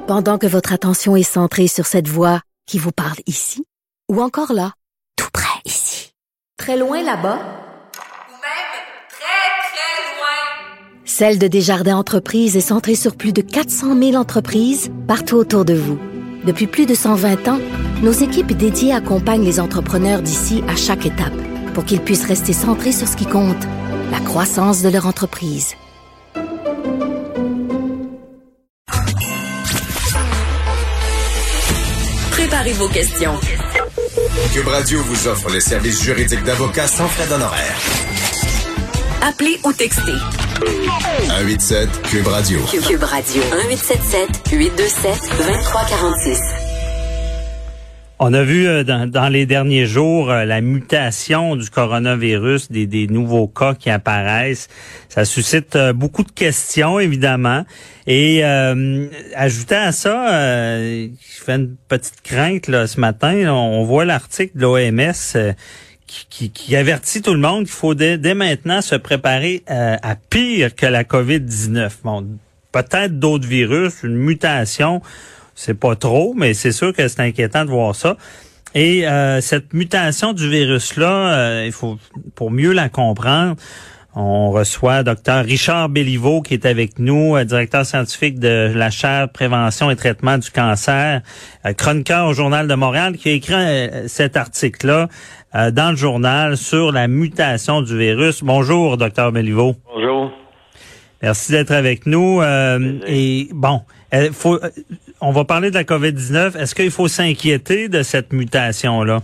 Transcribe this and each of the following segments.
Pendant que votre attention est centrée sur cette voix qui vous parle ici, ou encore là, tout près ici, très loin là-bas, ou même très, très loin. Celle de Desjardins Entreprises est centrée sur plus de 400 000 entreprises partout autour de vous. Depuis plus de 120 ans, nos équipes dédiées accompagnent les entrepreneurs d'ici à chaque étape pour qu'ils puissent rester centrés sur ce qui compte, la croissance de leur entreprise. Préparez vos questions. Cube Radio vous offre les services juridiques d'avocats sans frais d'honoraires. Appelez ou textez. 187 Cube Radio. Cube Radio. 1877-827-2346. On a vu dans les derniers jours la mutation du coronavirus, des nouveaux cas qui apparaissent. Ça suscite beaucoup de questions, évidemment. Et ajoutant à ça, je fais une petite crainte là, ce matin. Là, on voit l'article de l'OMS qui avertit tout le monde qu'il faut dès maintenant se préparer à pire que la COVID-19. Bon, peut-être d'autres virus, une mutation. C'est pas trop, mais c'est sûr que c'est inquiétant de voir ça. Et cette mutation du virus-là, il faut, pour mieux la comprendre, on reçoit Dr Richard Béliveau qui est avec nous, directeur scientifique de la chaire Prévention et traitement du cancer, chroniqueur au Journal de Montréal, qui a écrit cet article-là dans le journal sur la mutation du virus. Bonjour, Dr Béliveau. Bonjour. Merci d'être avec nous. Et bon, on va parler de la COVID-19. Est-ce qu'il faut s'inquiéter de cette mutation-là?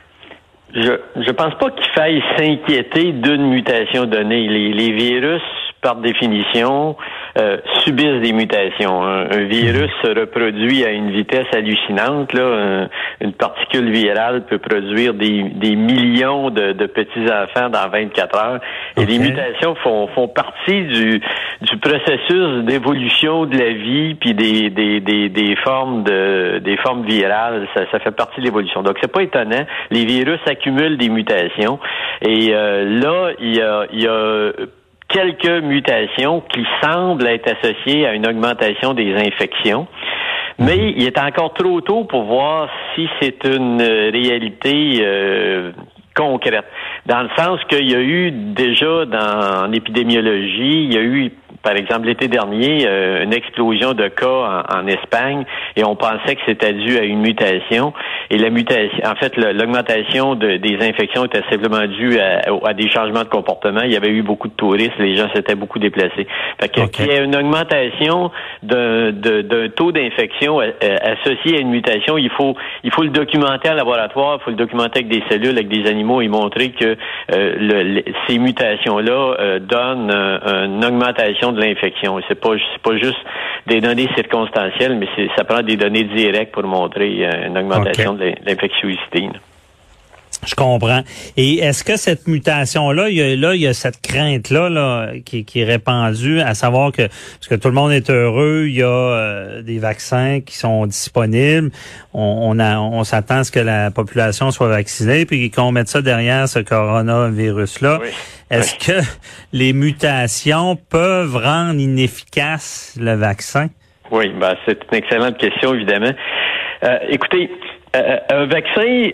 Je pense pas qu'il faille s'inquiéter d'une mutation donnée. Les virus, par définition, subissent des mutations. Un virus se reproduit à une vitesse hallucinante. Là, une particule virale peut produire des millions de petits-enfants dans 24 heures. Et les mutations font partie du processus d'évolution de la vie, puis des formes virales. Ça fait partie de l'évolution. Donc, c'est pas étonnant. Les virus accumulent des mutations. Et là, il y a quelques mutations qui semblent être associées à une augmentation des infections. Mais il est encore trop tôt pour voir si c'est une réalité concrète. Dans le sens qu'il y a eu déjà en épidémiologie, il y a eu, par exemple, l'été dernier, une explosion de cas en Espagne, et on pensait que c'était dû à une mutation. Et la mutation, en fait, l'augmentation des infections était simplement due à des changements de comportement. Il y avait eu beaucoup de touristes, les gens s'étaient beaucoup déplacés. Fait que qu'il y ait une augmentation d'un taux d'infection associé à une mutation, il faut le documenter en laboratoire, il faut le documenter avec des cellules, avec des animaux, et montrer que ces mutations-là donnent une augmentation de l'infection. C'est pas juste des données circonstancielles, mais ça prend des données directes pour montrer une augmentation de l'infectiosité. Je comprends. Et est-ce que cette mutation-là, il y a cette crainte-là qui est répandue, à savoir que, parce que tout le monde est heureux, il y a des vaccins qui sont disponibles, on s'attend à ce que la population soit vaccinée, puis qu'on mette ça derrière ce coronavirus-là. Oui. Est-ce que les mutations peuvent rendre inefficace le vaccin? Oui, c'est une excellente question, évidemment. Écoutez, un vaccin...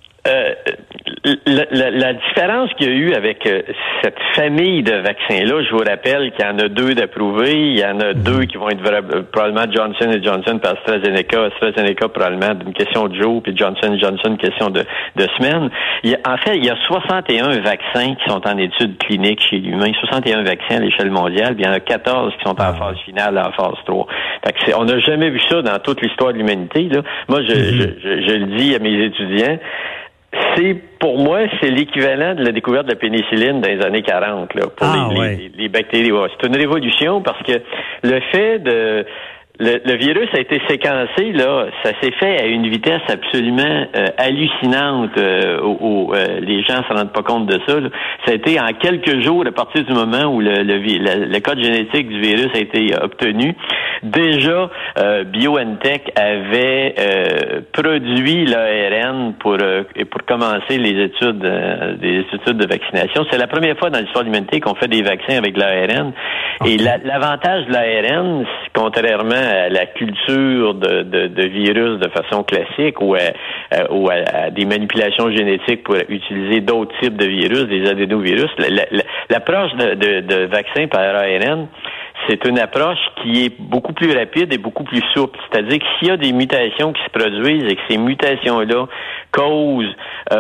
La différence qu'il y a eu avec cette famille de vaccins-là, je vous rappelle qu'il y en a 2 d'approuvés, il y en a 2 qui vont être probablement Johnson & Johnson par AstraZeneca probablement d'une question de jour, puis Johnson & Johnson une question de semaine. Il y a 61 vaccins qui sont en études cliniques chez l'humain, 61 vaccins à l'échelle mondiale, puis il y en a 14 qui sont en phase finale, en phase 3. Fait que on n'a jamais vu ça dans toute l'histoire de l'humanité, là. Moi, je le dis à mes étudiants, pour moi, c'est l'équivalent de la découverte de la pénicilline dans les années 40, là, pour les bactéries. Ouais, c'est une révolution parce que le fait de... Le virus a été séquencé, là, ça s'est fait à une vitesse absolument hallucinante. Les gens se rendent pas compte de ça. Là. Ça a été en quelques jours, à partir du moment où le code génétique du virus a été obtenu. Déjà, BioNTech avait produit l'ARN pour commencer les études de vaccination. C'est la première fois dans l'histoire de l'humanité qu'on fait des vaccins avec l'ARN. Okay. Et l'avantage de l'ARN, contrairement à la culture de virus de façon classique ou à des manipulations génétiques pour utiliser d'autres types de virus, des adénovirus. L'approche de vaccin par ARN, c'est une approche qui est beaucoup plus rapide et beaucoup plus souple. C'est-à-dire que s'il y a des mutations qui se produisent et que ces mutations-là causent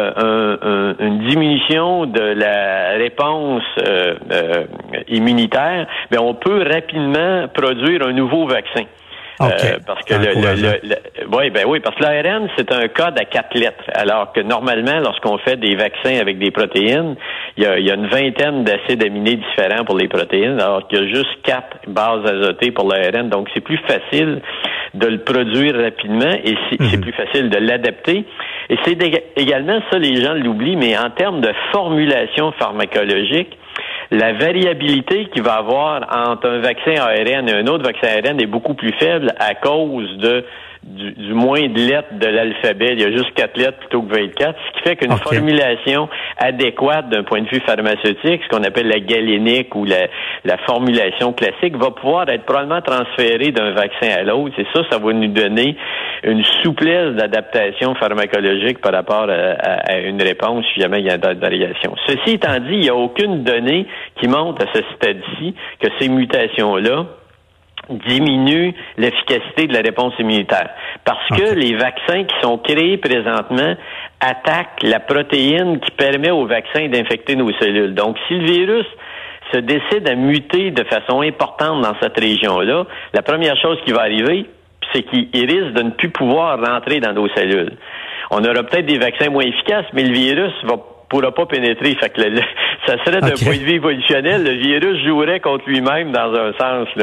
une diminution de la réponse immunitaire, bien, on peut rapidement produire un nouveau vaccin. Okay. Parce que parce que l'ARN, c'est un code à 4 lettres. Alors que normalement, lorsqu'on fait des vaccins avec des protéines, il y a une vingtaine d'acides aminés différents pour les protéines, alors qu'il y a juste 4 bases azotées pour l'ARN. Donc, c'est plus facile de le produire rapidement et c'est plus facile de l'adapter. Et c'est également, ça, les gens l'oublient, mais en termes de formulation pharmacologique, la variabilité qu'il va avoir entre un vaccin ARN et un autre vaccin ARN est beaucoup plus faible à cause du moins de lettres de l'alphabet. Il y a juste 4 lettres plutôt que 24, ce qui fait qu'une formulation adéquate d'un point de vue pharmaceutique, ce qu'on appelle la galénique ou la formulation classique, va pouvoir être probablement transférée d'un vaccin à l'autre. Et ça va nous donner une souplesse d'adaptation pharmacologique par rapport à une réponse si jamais il y a d'autres variations. Ceci étant dit, il n'y a aucune donnée qui montre à ce stade-ci que ces mutations-là diminue l'efficacité de la réponse immunitaire. Parce que les vaccins qui sont créés présentement attaquent la protéine qui permet au vaccin d'infecter nos cellules. Donc, si le virus se décide à muter de façon importante dans cette région-là, la première chose qui va arriver, c'est qu'il risque de ne plus pouvoir rentrer dans nos cellules. On aura peut-être des vaccins moins efficaces, mais le virus pourra pas pénétrer. Fait que ça serait d'un point de vue évolutionnel, le virus jouerait contre lui-même dans un sens, là.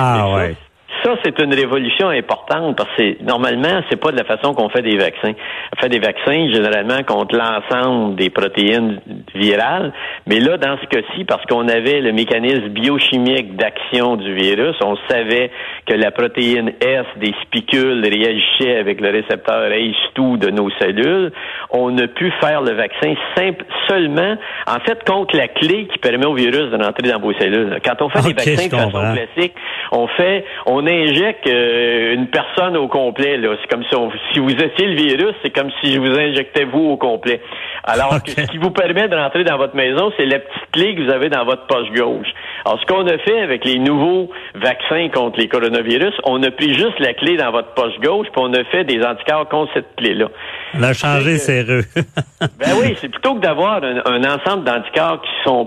Ça, c'est une révolution importante parce que normalement, c'est pas de la façon qu'on fait des vaccins. On fait des vaccins généralement contre l'ensemble des protéines virales, mais là, dans ce cas-ci, parce qu'on avait le mécanisme biochimique d'action du virus, on savait que la protéine S des spicules réagissait avec le récepteur ACE2 de nos cellules, on a pu faire le vaccin seulement, en fait, contre la clé qui permet au virus de rentrer dans vos cellules. Quand on fait des vaccins de façon classique, on injecte une personne au complet, là. C'est comme si vous étiez le virus, c'est comme si je vous injectais vous au complet. Alors que ce qui vous permet de rentrer dans votre maison, c'est la petite clé que vous avez dans votre poche gauche. Alors, ce qu'on a fait avec les nouveaux vaccins contre les coronavirus, on a pris juste la clé dans votre poche gauche, puis on a fait des anticorps contre cette clé-là. On a changé serreux. Oui, c'est plutôt que d'avoir un ensemble d'anticorps qui sont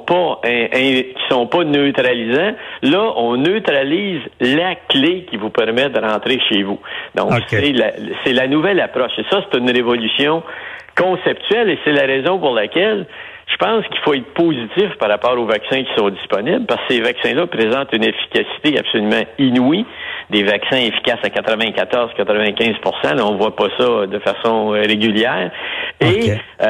pas neutralisants. Là, on neutralise la clé qui vous permet de rentrer chez vous. Donc, c'est la nouvelle approche. Et ça, c'est une révolution conceptuelle et c'est la raison pour laquelle je pense qu'il faut être positif par rapport aux vaccins qui sont disponibles parce que ces vaccins-là présentent une efficacité absolument inouïe. Des vaccins efficaces à 94-95%. Là, on voit pas ça de façon régulière. Et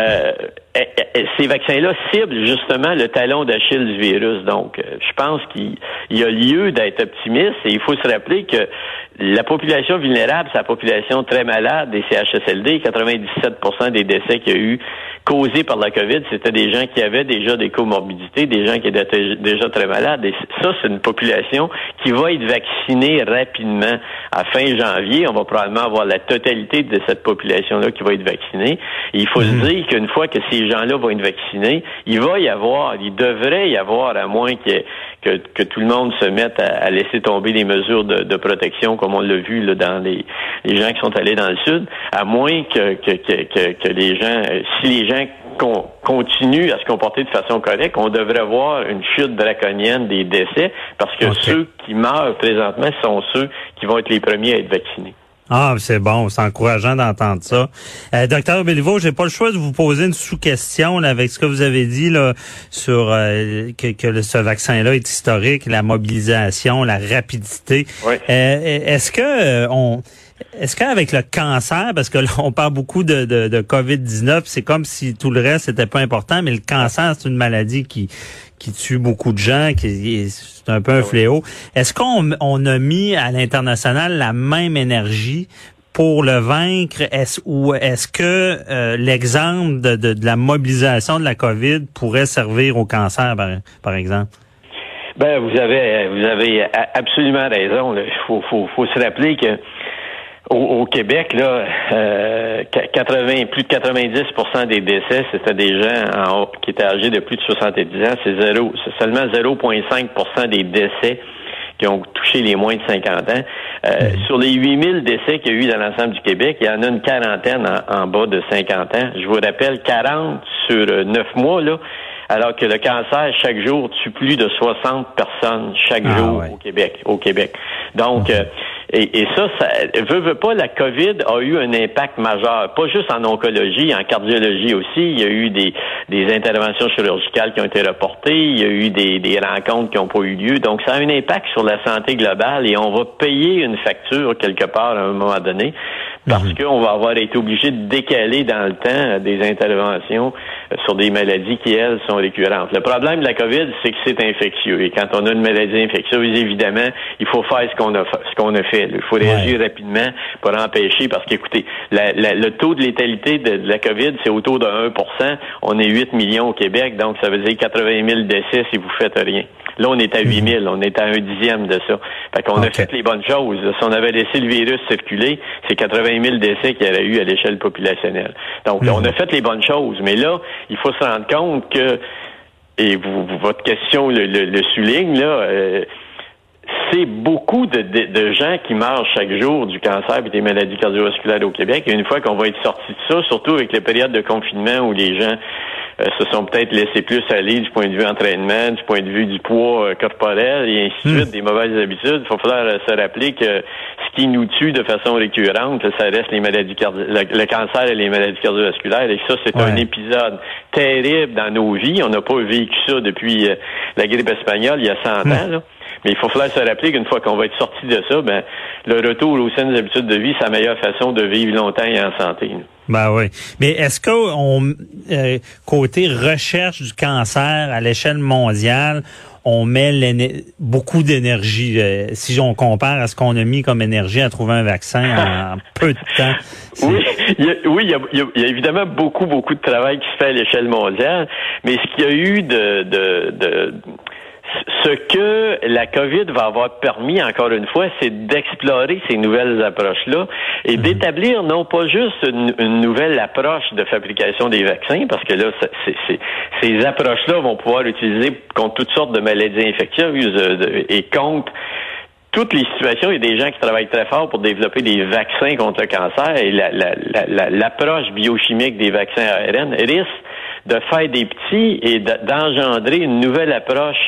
ces vaccins-là ciblent justement le talon d'Achille du virus. Donc, je pense qu'il y a lieu d'être optimiste et il faut se rappeler que la population vulnérable, c'est la population très malade des CHSLD. 97% des décès qu'il y a eu causés par la COVID, c'était des gens qui avaient déjà des comorbidités, des gens qui étaient déjà très malades. Et ça, c'est une population qui va être vaccinée rapidement. À fin janvier, on va probablement avoir la totalité de cette population-là qui va être vaccinée. Et il faut se dire qu'une fois que ces gens-là vont être vaccinés, il devrait y avoir, à moins que tout le monde se mette à laisser tomber les mesures de protection, comme on l'a vu là, dans les gens qui sont allés dans le Sud, à moins que les gens, si les gens continuent à se comporter de façon correcte, on devrait avoir une chute draconienne des décès, parce que ceux qui meurent présentement sont ceux qui vont être les premiers à être vaccinés. Ah, c'est bon, c'est encourageant d'entendre ça. Docteur Béliveau, j'ai pas le choix de vous poser une sous-question là, avec ce que vous avez dit là sur que ce vaccin-là est historique, la mobilisation, la rapidité. Oui. Est-ce qu'avec le cancer, parce que là, on parle beaucoup de COVID-19, c'est comme si tout le reste n'était pas important, mais le cancer, c'est une maladie qui tue beaucoup de gens, c'est un peu un fléau. Est-ce qu'on a mis à l'international la même énergie pour le vaincre? Est-ce que l'exemple de la mobilisation de la COVID pourrait servir au cancer, par exemple? Ben, vous avez absolument raison. Il faut se rappeler que au Québec, là, plus de 90% des décès, c'était des gens qui étaient âgés de plus de 70 ans. C'est seulement 0,5% des décès qui ont touché les moins de 50 ans. Sur les 8000 décès qu'il y a eu dans l'ensemble du Québec, il y en a une quarantaine en bas de 50 ans. Je vous rappelle, 40 sur 9 mois, là, alors que le cancer, chaque jour, tue plus de 60 personnes chaque jour au Québec. Donc, et ça veut pas, la COVID a eu un impact majeur, pas juste en oncologie, en cardiologie aussi. Il y a eu des interventions chirurgicales qui ont été reportées, il y a eu des rencontres qui n'ont pas eu lieu. Donc, ça a un impact sur la santé globale et on va payer une facture quelque part à un moment donné parce qu'on va avoir été obligé de décaler dans le temps des interventions sur des maladies qui, elles, sont récurrentes. Le problème de la COVID, c'est que c'est infectieux. Et quand on a une maladie infectieuse, évidemment, il faut faire ce qu'on a fait. Il faut réagir rapidement pour empêcher, parce qu'écoutez, le taux de létalité de la COVID, c'est autour de 1%. On est 8 millions au Québec, donc ça veut dire 80 000 décès si vous faites rien. Là, on est à 8 000, on est à 1/10 de ça. Fait qu'on a fait les bonnes choses. Si on avait laissé le virus circuler, c'est 80 000 décès qu'il y aurait eu à l'échelle populationnelle. Donc, on a fait les bonnes choses. Mais là, il faut se rendre compte que, et votre question le souligne, là, c'est beaucoup de gens qui meurent chaque jour du cancer et des maladies cardiovasculaires au Québec. Et une fois qu'on va être sorti de ça, surtout avec les périodes de confinement où les gens se sont peut-être laissés plus aller du point de vue entraînement, du point de vue du poids corporel et ainsi de suite, des mauvaises habitudes, il va falloir se rappeler que ce qui nous tue de façon récurrente, ça reste les maladies le cancer et les maladies cardiovasculaires. Et ça, c'est un épisode terrible dans nos vies. On n'a pas vécu ça depuis la grippe espagnole il y a 100 ans, là. Mais il faut falloir se rappeler qu'une fois qu'on va être sorti de ça, ben le retour aux saines habitudes de vie, c'est la meilleure façon de vivre longtemps et en santé. Ben oui. Mais est-ce qu'on côté recherche du cancer à l'échelle mondiale, on met beaucoup d'énergie, si on compare à ce qu'on a mis comme énergie à trouver un vaccin en peu de temps? Il y a évidemment beaucoup de travail qui se fait à l'échelle mondiale, mais ce qu'il y a eu ce que la COVID va avoir permis, encore une fois, c'est d'explorer ces nouvelles approches-là et d'établir non pas juste une nouvelle approche de fabrication des vaccins, parce que là, ces approches-là vont pouvoir utiliser contre toutes sortes de maladies infectieuses et contre toutes les situations. Il y a des gens qui travaillent très fort pour développer des vaccins contre le cancer et l'approche biochimique des vaccins ARN risque de faire des petits et d'engendrer une nouvelle approche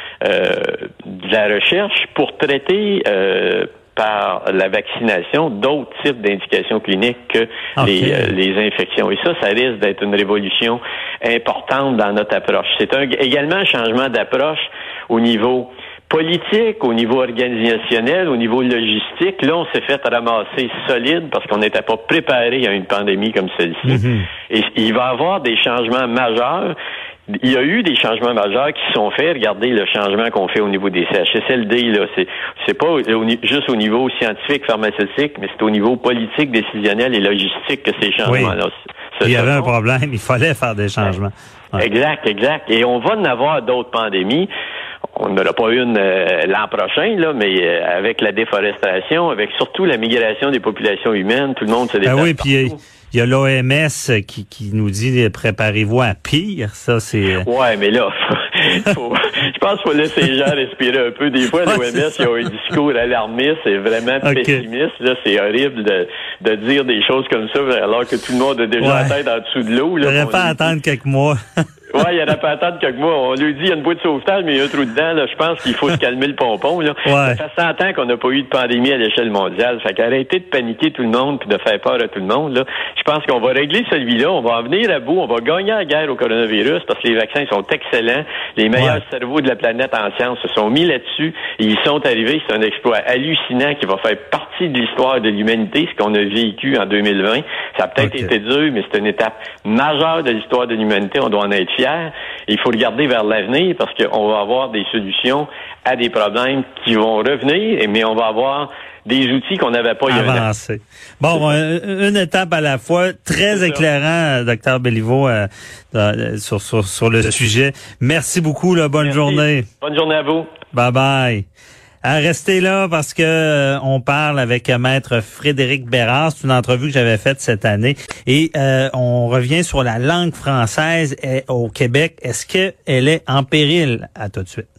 de la recherche pour traiter par la vaccination d'autres types d'indications cliniques que les infections. Et ça risque d'être une révolution importante dans notre approche. C'est également un changement d'approche au niveau politique, au niveau organisationnel, au niveau logistique. Là, on s'est fait ramasser solide parce qu'on n'était pas préparé à une pandémie comme celle-ci. Et il va y avoir des changements majeurs. Il y a eu des changements majeurs qui sont faits. Regardez le changement qu'on fait au niveau des CHSLD, là. C'est pas juste au niveau scientifique, pharmaceutique, mais c'est au niveau politique, décisionnel et logistique que ces changements-là il y avait un problème. Il fallait faire des changements. Exact. Et on va en avoir d'autres pandémies. On n'en aura pas une l'an prochain, là, mais avec la déforestation, avec surtout la migration des populations humaines, tout le monde se déplace. Oui, puis il y a l'OMS qui nous dit préparez-vous à pire. Ça, c'est. Ouais, mais là, je pense qu'il faut laisser les gens respirer un peu. Des fois, l'OMS, ils ont un discours alarmiste et vraiment pessimiste. Là, c'est horrible de dire des choses comme ça alors que tout le monde a déjà la tête en dessous de l'eau. Il n'aurait pas à attendre quelques mois. Il n'aurait pas à attendre quelques mois. On lui dit il y a une boîte de sauvetage, mais il y a un trou dedans. Là, je pense qu'il faut se calmer le pompon. Là. Ça fait 100 ans qu'on n'a pas eu de pandémie à l'échelle mondiale. Fait qu'arrêtez de paniquer tout le monde puis de faire peur à tout le monde. Là. Je pense qu'on va régler celui-là. On va en venir à bout. On va gagner la guerre au coronavirus parce que les vaccins sont excellents. Les meilleurs cerveaux de la planète en sciences se sont mis là-dessus et ils sont arrivés. C'est un exploit hallucinant qui va faire partie de l'histoire de l'humanité, ce qu'on a vécu en 2020. Ça a peut-être été dur, mais c'est une étape majeure de l'histoire de l'humanité. On doit en être fiers. Il faut le garder vers l'avenir parce qu'on va avoir des solutions à des problèmes qui vont revenir, mais on va avoir des outils qu'on n'avait pas il y a un an. Avancer. Bon, une étape à la fois. Très éclairant, Dr Béliveau, sur le sujet. Merci beaucoup. Là, bonne journée. Bonne journée à vous. Bye bye. Restez là parce que on parle avec Maître Frédéric Bérard. C'est une entrevue que j'avais faite cette année. Et on revient sur la langue française au Québec. Est-ce qu'elle est en péril? À tout de suite.